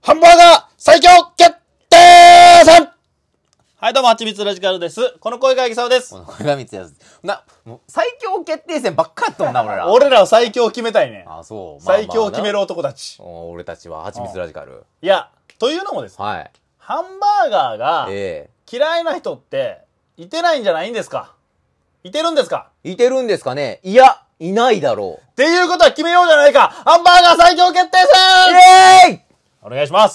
ハンバーガー最強決定戦。はい、どうも、はちみつラジカルです。この声がぎさおです。 これが3つやつ。もう最強決定戦ばっかやっとんな、俺ら。 俺らは最強を決めたいね。 あ、そう。 最強を決める男たち。 俺たちははちみつラジカル。 いや、というのもですね、 はい。 ハンバーガーが嫌いな人っていてないんじゃないんですか？いてるんですか？ いてるんですかね？いや、いないだろう。 っていうことは決めようじゃないか。ハンバーガー最強決定戦。 イエーイ！ お願いします。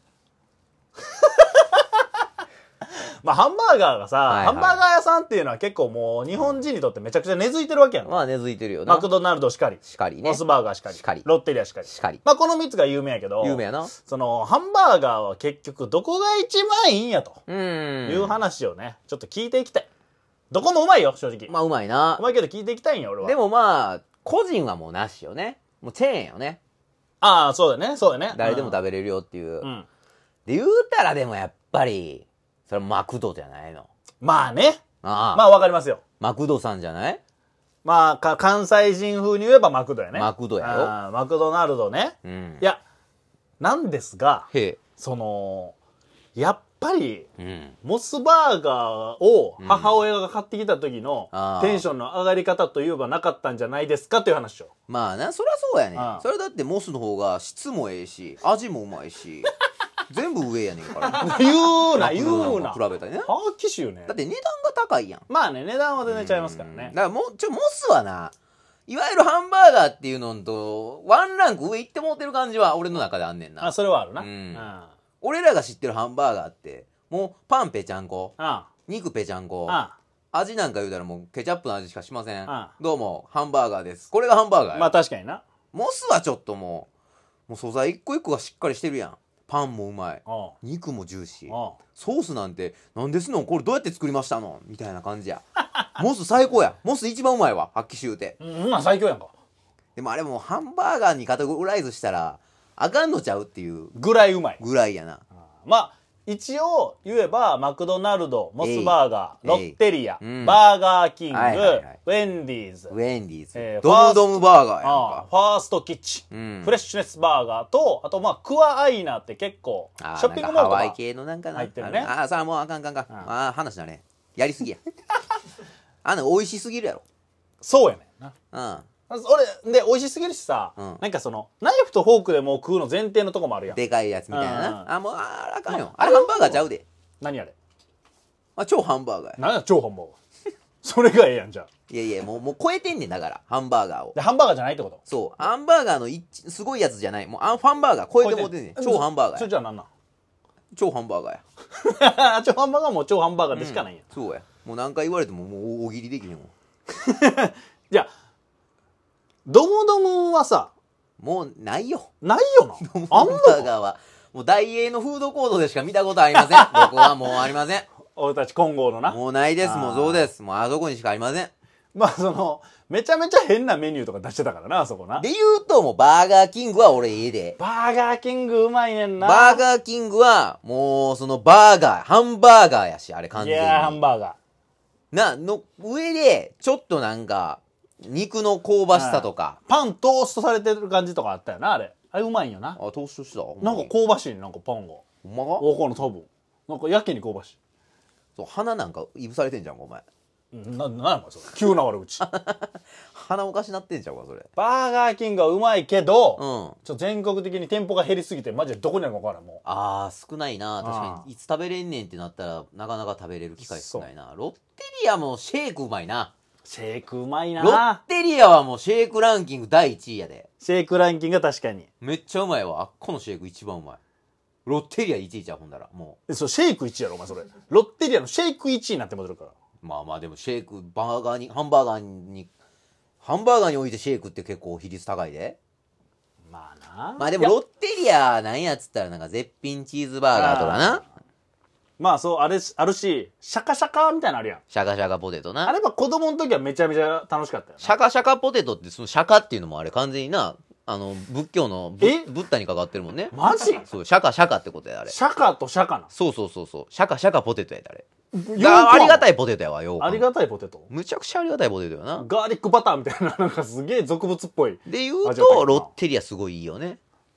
まあ、ハンバーガーがさ、 はいはい、 ハンバーガー屋さんっていうのは結構もう日本人にとってめちゃくちゃ根付いてるわけやん。 まあ根付いてるよな。 マクドナルドしかり。 しかりね。 モスバーガーしかり。 しかり。 ロッテリアしかり。 しかり。 まあこの3つが有名やけど、 有名やな。 その、ハンバーガーは結局どこが一番いいんやと。いう話をね、ちょっと聞いていきたい。どこもうまいよ、正直。 まあうまいな。 うまいけど聞いていきたいんや、俺は。 でもまあ、個人はもうなしよね。もうチェーンよね。 ああ、そうだね、そうだね。 誰でも食べれるよっていう。 うん。 で、言うたらでもやっぱり、それはマクドじゃないの。 まあね。 ああ。 まあわかりますよ。 マクドさんじゃない？ まあ、関西人風に言えばマクドやね。 マクドやろ。 ああ、マクドナルドね。 うん。 いや、なんですが、 へえ。 その、やっぱり、 うん。 モスバーガーを母親が買ってきた時のテンションの上がり方といえばなかったんじゃないですかという話を。 まあな、そりゃそうやね。 ああそれだってモスの方が質もええし、味もうまいし、全部上やねんから言うな、言うな。 マクドナルドと比べたらね。 ハーキシュね。 だって値段が高いやん。 まあね、値段は全然ちゃいますからね。 だからモスはな、いわゆるハンバーガーっていうのと、ワンランク上行ってもうてる感じは俺の中であんねんな。 あ、それはあるな。 俺らが知ってるハンバーガーって、もうパンぺちゃんこ、 あ肉ぺちゃんこ、 あ味なんか言うたらもうケチャップの味しかしません。 あどうも、ハンバーガーです。これがハンバーガーや。 まあ確かにな。 モスはちょっともう素材一個一個がしっかりしてるやん。パンもうまい。肉もジューシー。ソースなんて、なんですの？これどうやって作りましたの？みたいな感じや。モス最高や。モス一番うまいわ。発揮しゅうて。 まあ最強やんか。 でもあれもうハンバーガーにカテゴライズしたら、あかんのちゃうっていうぐらいうまい。 ぐらいやな。 まあ、一応言えば、マクドナルド、モスバーガー、ロッテリア、 うんバーガーキング、 はいはいはいウェンディーズ、 ウェンディーズ。 ファースドムドムバーガーやんか。 ファーストキッチン、フレッシュネスバーガーと、あとまあ、クワアイナって結構、ショッピングモールとかハワイ系のなんかな。 入ってるね。 ああ、さあもうあかん。ああ、話だね。やりすぎや。あんな美味しすぎるやろ。 そうやねんな。 うん。 俺、で、美味しすぎるしさ、なんかその、ナイフとフォークでもう食うの前提のとこもあるやん。 でかいやつみたいなな。あ、もう、あかんよ。あれハンバーガーちゃうで。 何あれ？ 超ハンバーガーや。 何や、超ハンバーガー。それがええやん、じゃあ。 いや、もう超えてんねんだから、ハンバーガーを。 で、ハンバーガーじゃないってこと？ そう。ハンバーガーのすごいやつじゃない。もう、ハンバーガー超えてもうてんねん。超ハンバーガーや。 それじゃあ何なん？ 超ハンバーガーや。 超ハンバーガーも超ハンバーガーでしかないんや。 そうや。もう何回言われても、もう大喜利できへんもん。 じゃあ、ドムドムはさ、 もうないよ。 ないよな。 ハンバーガーは、もう大英のフードコートでしか見たことありません。僕はもうありません。 俺たち金剛のな。 もうないです。もうそうです。もうあそこにしかありません。 まあその、めちゃめちゃ変なメニューとか出してたからな、あそこな。 で言うと、もうバーガーキングは俺ええで。 バーガーキングうまいねんな。 バーガーキングは、もうそのバーガー、ハンバーガーやし、あれ完全に。 いやー、ハンバーガの上で、ちょっとなんか、肉の香ばしさとか。 パントーストされてる感じとかあったよな、あれ。あれうまいんよな。 あ、トーストしたなんか香ばしいね、なんかパンが。 ほんまがわかんない、多分。なんかやけに香ばしい。 そう、鼻なんかいぶされてんじゃんか、お前。 なんやお前それ。急な悪口。 鼻おかしなってんじゃんか、それ。 バーガーキングはうまいけど、 うん。 全国的に店舗が減りすぎて、マジでどこにあるか分からん、もう。 あー、少ないな。確かに。いつ食べれんねんってなったら、なかなか食べれる機会少ないな。ロッテリアもシェイクうまいな。 シェイクうまいな。 ロッテリアはもうシェイクランキング第1位やで。 シェイクランキングが確かに。 めっちゃうまいわ。あっこのシェイク一番うまい。ロッテリア1位じゃん、ほんだら。もう。 そう、シェイク1やろ、お前それ。ロッテリアのシェイク1になってもらるから。 まあまあでもシェイク、ハンバーガーにおいてシェイクって結構比率高いで。 まあな。 まあでもロッテリアなんやっつったらなんか絶品チーズバーガーとかな。 まあそう、あるし、シャカシャカみたいなのあるやん。 シャカシャカポテトな。 あれは子供の時はめちゃめちゃ楽しかったよな。 シャカシャカポテトってそのシャカっていうのもあれ完全にな、仏教のブッダにかかってるもんね。 マジ？ そう、シャカシャカってことや、あれ。 シャカとシャカな。 そう。シャカシャカポテトやで、あれ。ありがたいポテトやわ、よう。 ありがたいポテト。 むちゃくちゃありがたいポテトよな。 ガーリックバターみたいな、なんかすげえ俗物っぽい。 で言うと、ロッテリアすごいいいよね。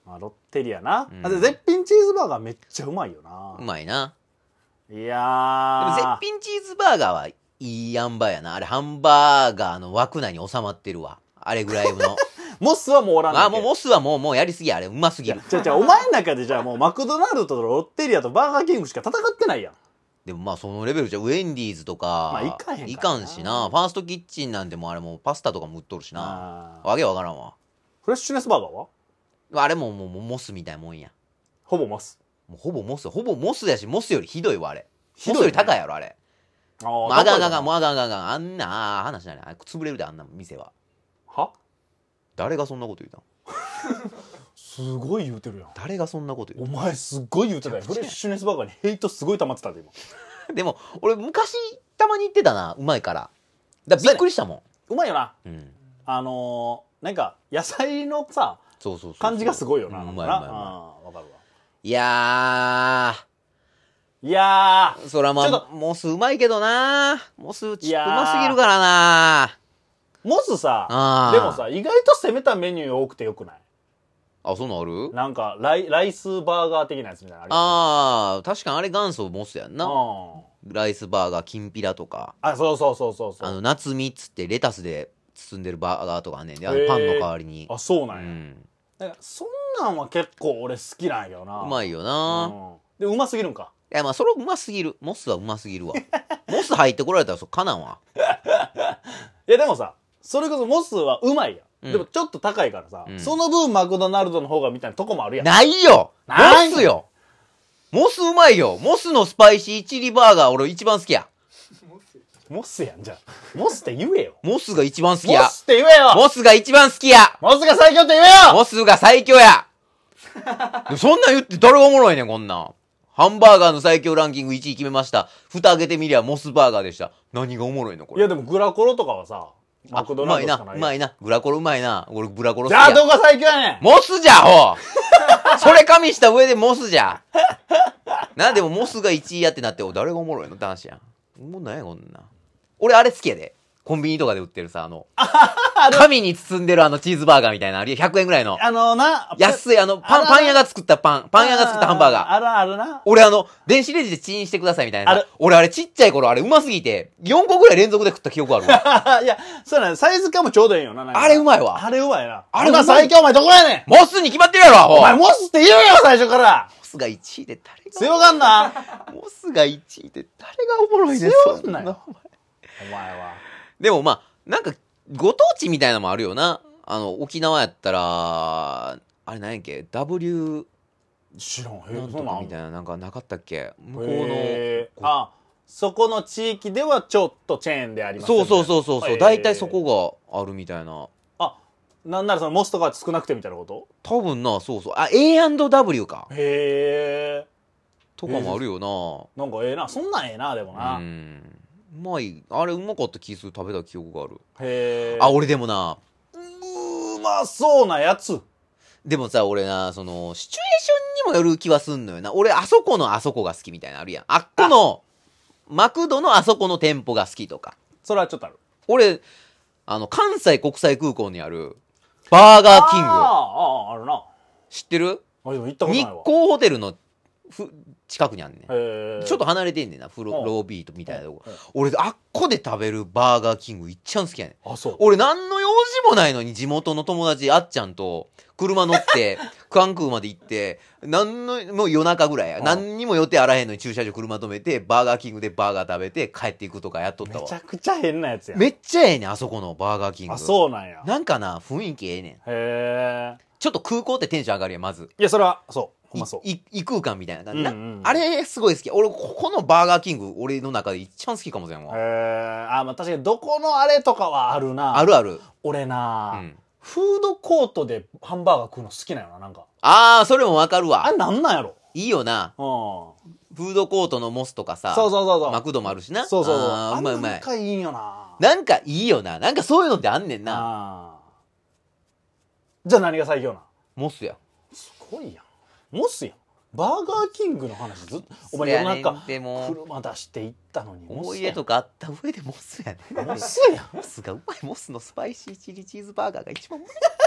ロッテリアな、 うんで絶品チーズバーガーめっちゃうまいよな。 うまいな。 いでもや絶品チーズバーガーはいい塩梅やな。あれハンバーガーの枠内に収まってるわ。あれぐらいの。 モスはもうおらんねんけ。 もうモスはもうやりすぎや。あれうますぎる。 お前の中でじゃあもうマクドナルドとロッテリアとバーガーキングしか戦ってないやん。 でもそのレベルじゃウェンディーズとか、 まあいかへんからないかんしな。ファーストキッチンなんてもうあれもうパスタとかも売っとるしな。わけわからんわ。 フレッシュネスバーガーはあれももうモスみたいなもんや。 ほぼモス。 もうほぼモスやし、モスよりひどいわ、あれ。 ひどいねモスより高いやろ、あれ。 ああががが、もうあががが、あんな話じゃない。潰れるで、あんな店は。 は誰がそんなこと言うたん？ すごい言うてるやん。 誰がそんなこと言うお前すっごい言うてたよ。フレッシュネスバーガーにヘイトすごい溜まってたで今。 たん？でも、俺昔、たまに言ってたな、うまいから。びっくりしたもうまいよな。 ん。うん。 なんか野菜のさそう感じがすごいよな。 うまいうまい。 わかるわ。 いやー、 そらモスうまいけどな。モスうますぎるからな。 モスさ、でもさ、意外と攻めたメニュー多くてよくない？ あ、そんなんある？ なんかライスバーガー的なやつみたいなのある。 確かにあれ元祖モスやんな。ライスバーガー、きんぴらとか。 そう。 夏見っつってレタスで包んでるバーガーとかあんねんで、パンの代わりに。 あ、そうなんや。だからそんなんは結構俺好きなんよな。 うまいよな。 で、うますぎるんか。 いや、それうますぎる。モスはうますぎるわ。モス入ってこられたらかなんわ。 いや、でもさ、それこそモスはうまいやん。でもちょっと高いからさ、その分マクドナルドの方がみたいなとこもあるやん。 ないよ！モスよ！モスうまいよ！モスのスパイシーチリバーガー俺一番好きや。 モスやん、じゃあ。モスって言えよ。 モスが一番好きや。 モスって言えよ。 モスが一番好きや。 モスが最強って言えよ。 モスが最強や。そんなん言って誰がおもろいねん、こんなん。ハンバーガーの最強ランキング1位決めました。蓋開けてみりゃモスバーガーでした。何がおもろいのこれ。 いやでもグラコロとかはさ、マクドナルドしかない。 うまいな。グラコロうまいな。俺グラコロ好きや。 じゃあどこが最強やねん。 モスじゃほそれ加味した上でモスじゃ。なんでもモスが1位やってなって、誰がおもろいのって話やん。もうなんやこんな。俺あれ好きやで。コンビニとかで売ってるさ、紙に包んでるチーズバーガーみたいな、100円ぐらいの。安い、パン屋が作ったパン屋が作ったハンバーガー。 あるな。 俺電子レンジでチンしてくださいみたいな。俺あれちっちゃい頃あれうますぎて、4個ぐらい連続で食った記憶あるわ。 いや、そうなんサイズ感もちょうどいいよな。 あれうまいわ。 あれうまいな。 あれ最強お前どこやねん。 モスに決まってるやろ、アホ。 お前モスって言えよ、最初から。 モスが1位で誰が。 強がんな。 モスが1位で誰がおもろいねん。 強がんなよ。お前は。 でもなんか、ご当地みたいなのもあるよな。沖縄やったら、あれ何やっけ ?W、 知らん。 なんとかみたいな、なんかなかったっけ向こうの。そこの地域ではちょっとチェーンでありますね。そう。大体そこがあるみたいな。 なんならそのモスとか少なくてみたいなこと？ 多分な、そう。A&W か。 へー。 とかもあるよな。 なんかええな。そんなんええな、でもな。 うまい。あれうまかった気する。食べた記憶がある。 へー。 俺でもな。 うまそうなやつ。 でもさ、俺な、シチュエーションにもよる気はすんのよな。俺、あそこのあそこが好きみたいなのあるやん。あっこの、マクドのあそこの店舗が好きとか。 それはちょっとある。 俺、関西国際空港にある、バーガーキング。 あるな。 知ってる？ でも行ったことないわ。 日光ホテルの近くにあんねん。 ちょっと離れてんねんな、ロービートみたいなとこ。俺、あっこで食べるバーガーキングいっちゃん好きやねん。俺、何の用事もないのに地元の友達、あっちゃんと、車乗って、関空まで行って、もう夜中ぐらいや。何にも予定あらへんのに駐車場車止めて、バーガーキングでバーガー食べて帰っていくとかやっとったわ。 めちゃくちゃ変なやつや。 めっちゃええねん、あそこのバーガーキング。 そうなんや。 なんかな、雰囲気ええねん。 へー。 ちょっと空港ってテンション上がるやん、まず。 いや、それは、そう。ほんまそう。 異空間みたいな感じ。あれ、すごい好き。俺、ここのバーガーキング、俺の中で一番好きかもしれんわ。 確かに、どこのあれとかはあるな。 あるある。 俺な、フードコートでハンバーガー食うの好きなよな、なんか。 それもわかるわ。 あれなんなんやろ？ いいよな。フードコートのモスとかさ。 そうマクドもあるしな。 そう。 うまい。 なんかいいよな。 なんかいいよな。なんかそういうのってあんねんな。 じゃあ何が最強な？ モスや。 すごいやん。モスやん。バーガーキングの話ずっと、お前世の中車出していったのに思い出とかあった上でモスやね。 モスやん。 モスがうまい。モスのスパイシーチリチーズバーガーが一番うまい。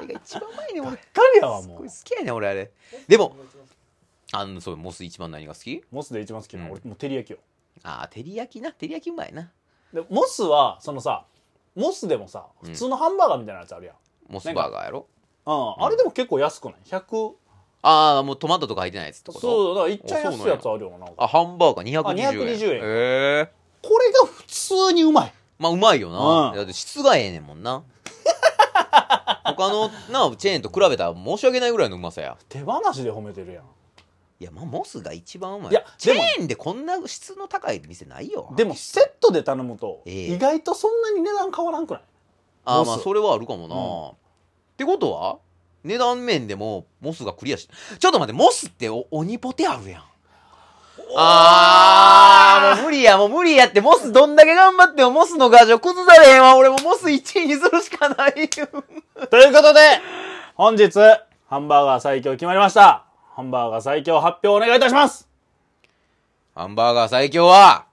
れが一番うまいねん俺。 かりやわもう。 すごい好きやねん俺あれ。でもそうモス一番何が好き？ モスで一番好きなの俺もう照り焼きよ。 ああ照り焼きな、照り焼きうまいな。 でモスはそのさ、モスでもさ普通のハンバーガーみたいなやつあるやん。 モスバーガーやろ。 あれでも結構安くない？ 100。 ああもうトマトとか入ってないやつってこと？ そうだからいっちゃ安いやつあるよな。なんかあハンバーガー220円。 220円。 へえ。 これが普通にうまい。 まあうまいよな、 うん、 だって質がええねんもんな他のなチェーンと比べたら申し訳ないぐらいのうまさや。 手放しで褒めてるやん。 いやまあモスが一番うまい。 いやチェーンでこんな質の高い店ないよ。 でもセットで頼むと意外とそんなに値段変わらんくない？ ああまあそれはあるかもな、ってことは値段面でもモスがクリアし、ちょっと待って、モスって鬼ポテあるやん。もう無理やって、モスどんだけ頑張ってもモスのガジョ崩されへんわ。俺もモス1位にするしかないよということで本日ハンバーガー最強決まりました。ハンバーガー最強発表お願いいたします。 ハンバーガー最強は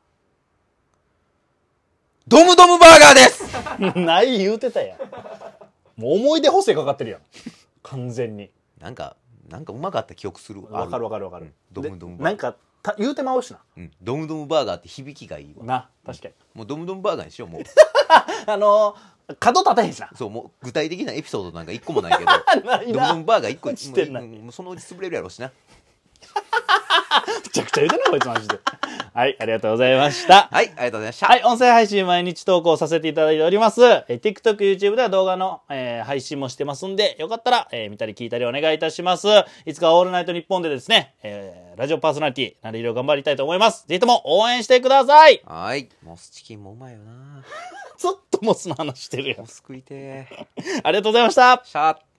ドムドムバーガーですない言うてたやん。もう思い出補正かかってるやん完全に。 なんかうまかった記憶する。 わかる、 ドムドムバーガーなんか言うてまうしな、 ドムドムバーガーって響きがいいわな。確かに、 もうドムドムバーガーにしよう。もう角立てへんしな。 そうもう具体的なエピソードなんか一個もないけどないなドムドムバーガー一個してんなもうそのうち潰れるやろうしな。 めちゃくちゃ言うてんなこいつマジで。はい、ありがとうございました。 はい、ありがとうございました。 はい、音声配信毎日投稿させていただいております。TikTok、YouTube では動画の、配信もしてますんで、よかったら、見たり聞いたりお願いいたします。いつかオールナイトニッポンでですね、ラジオパーソナリティ、なりひろ頑張りたいと思います。ぜひとも応援してください。 はい、モスチキンもうまいよな。 ずっとモスの話してるやん。 モス食いてありがとうございました。 シャー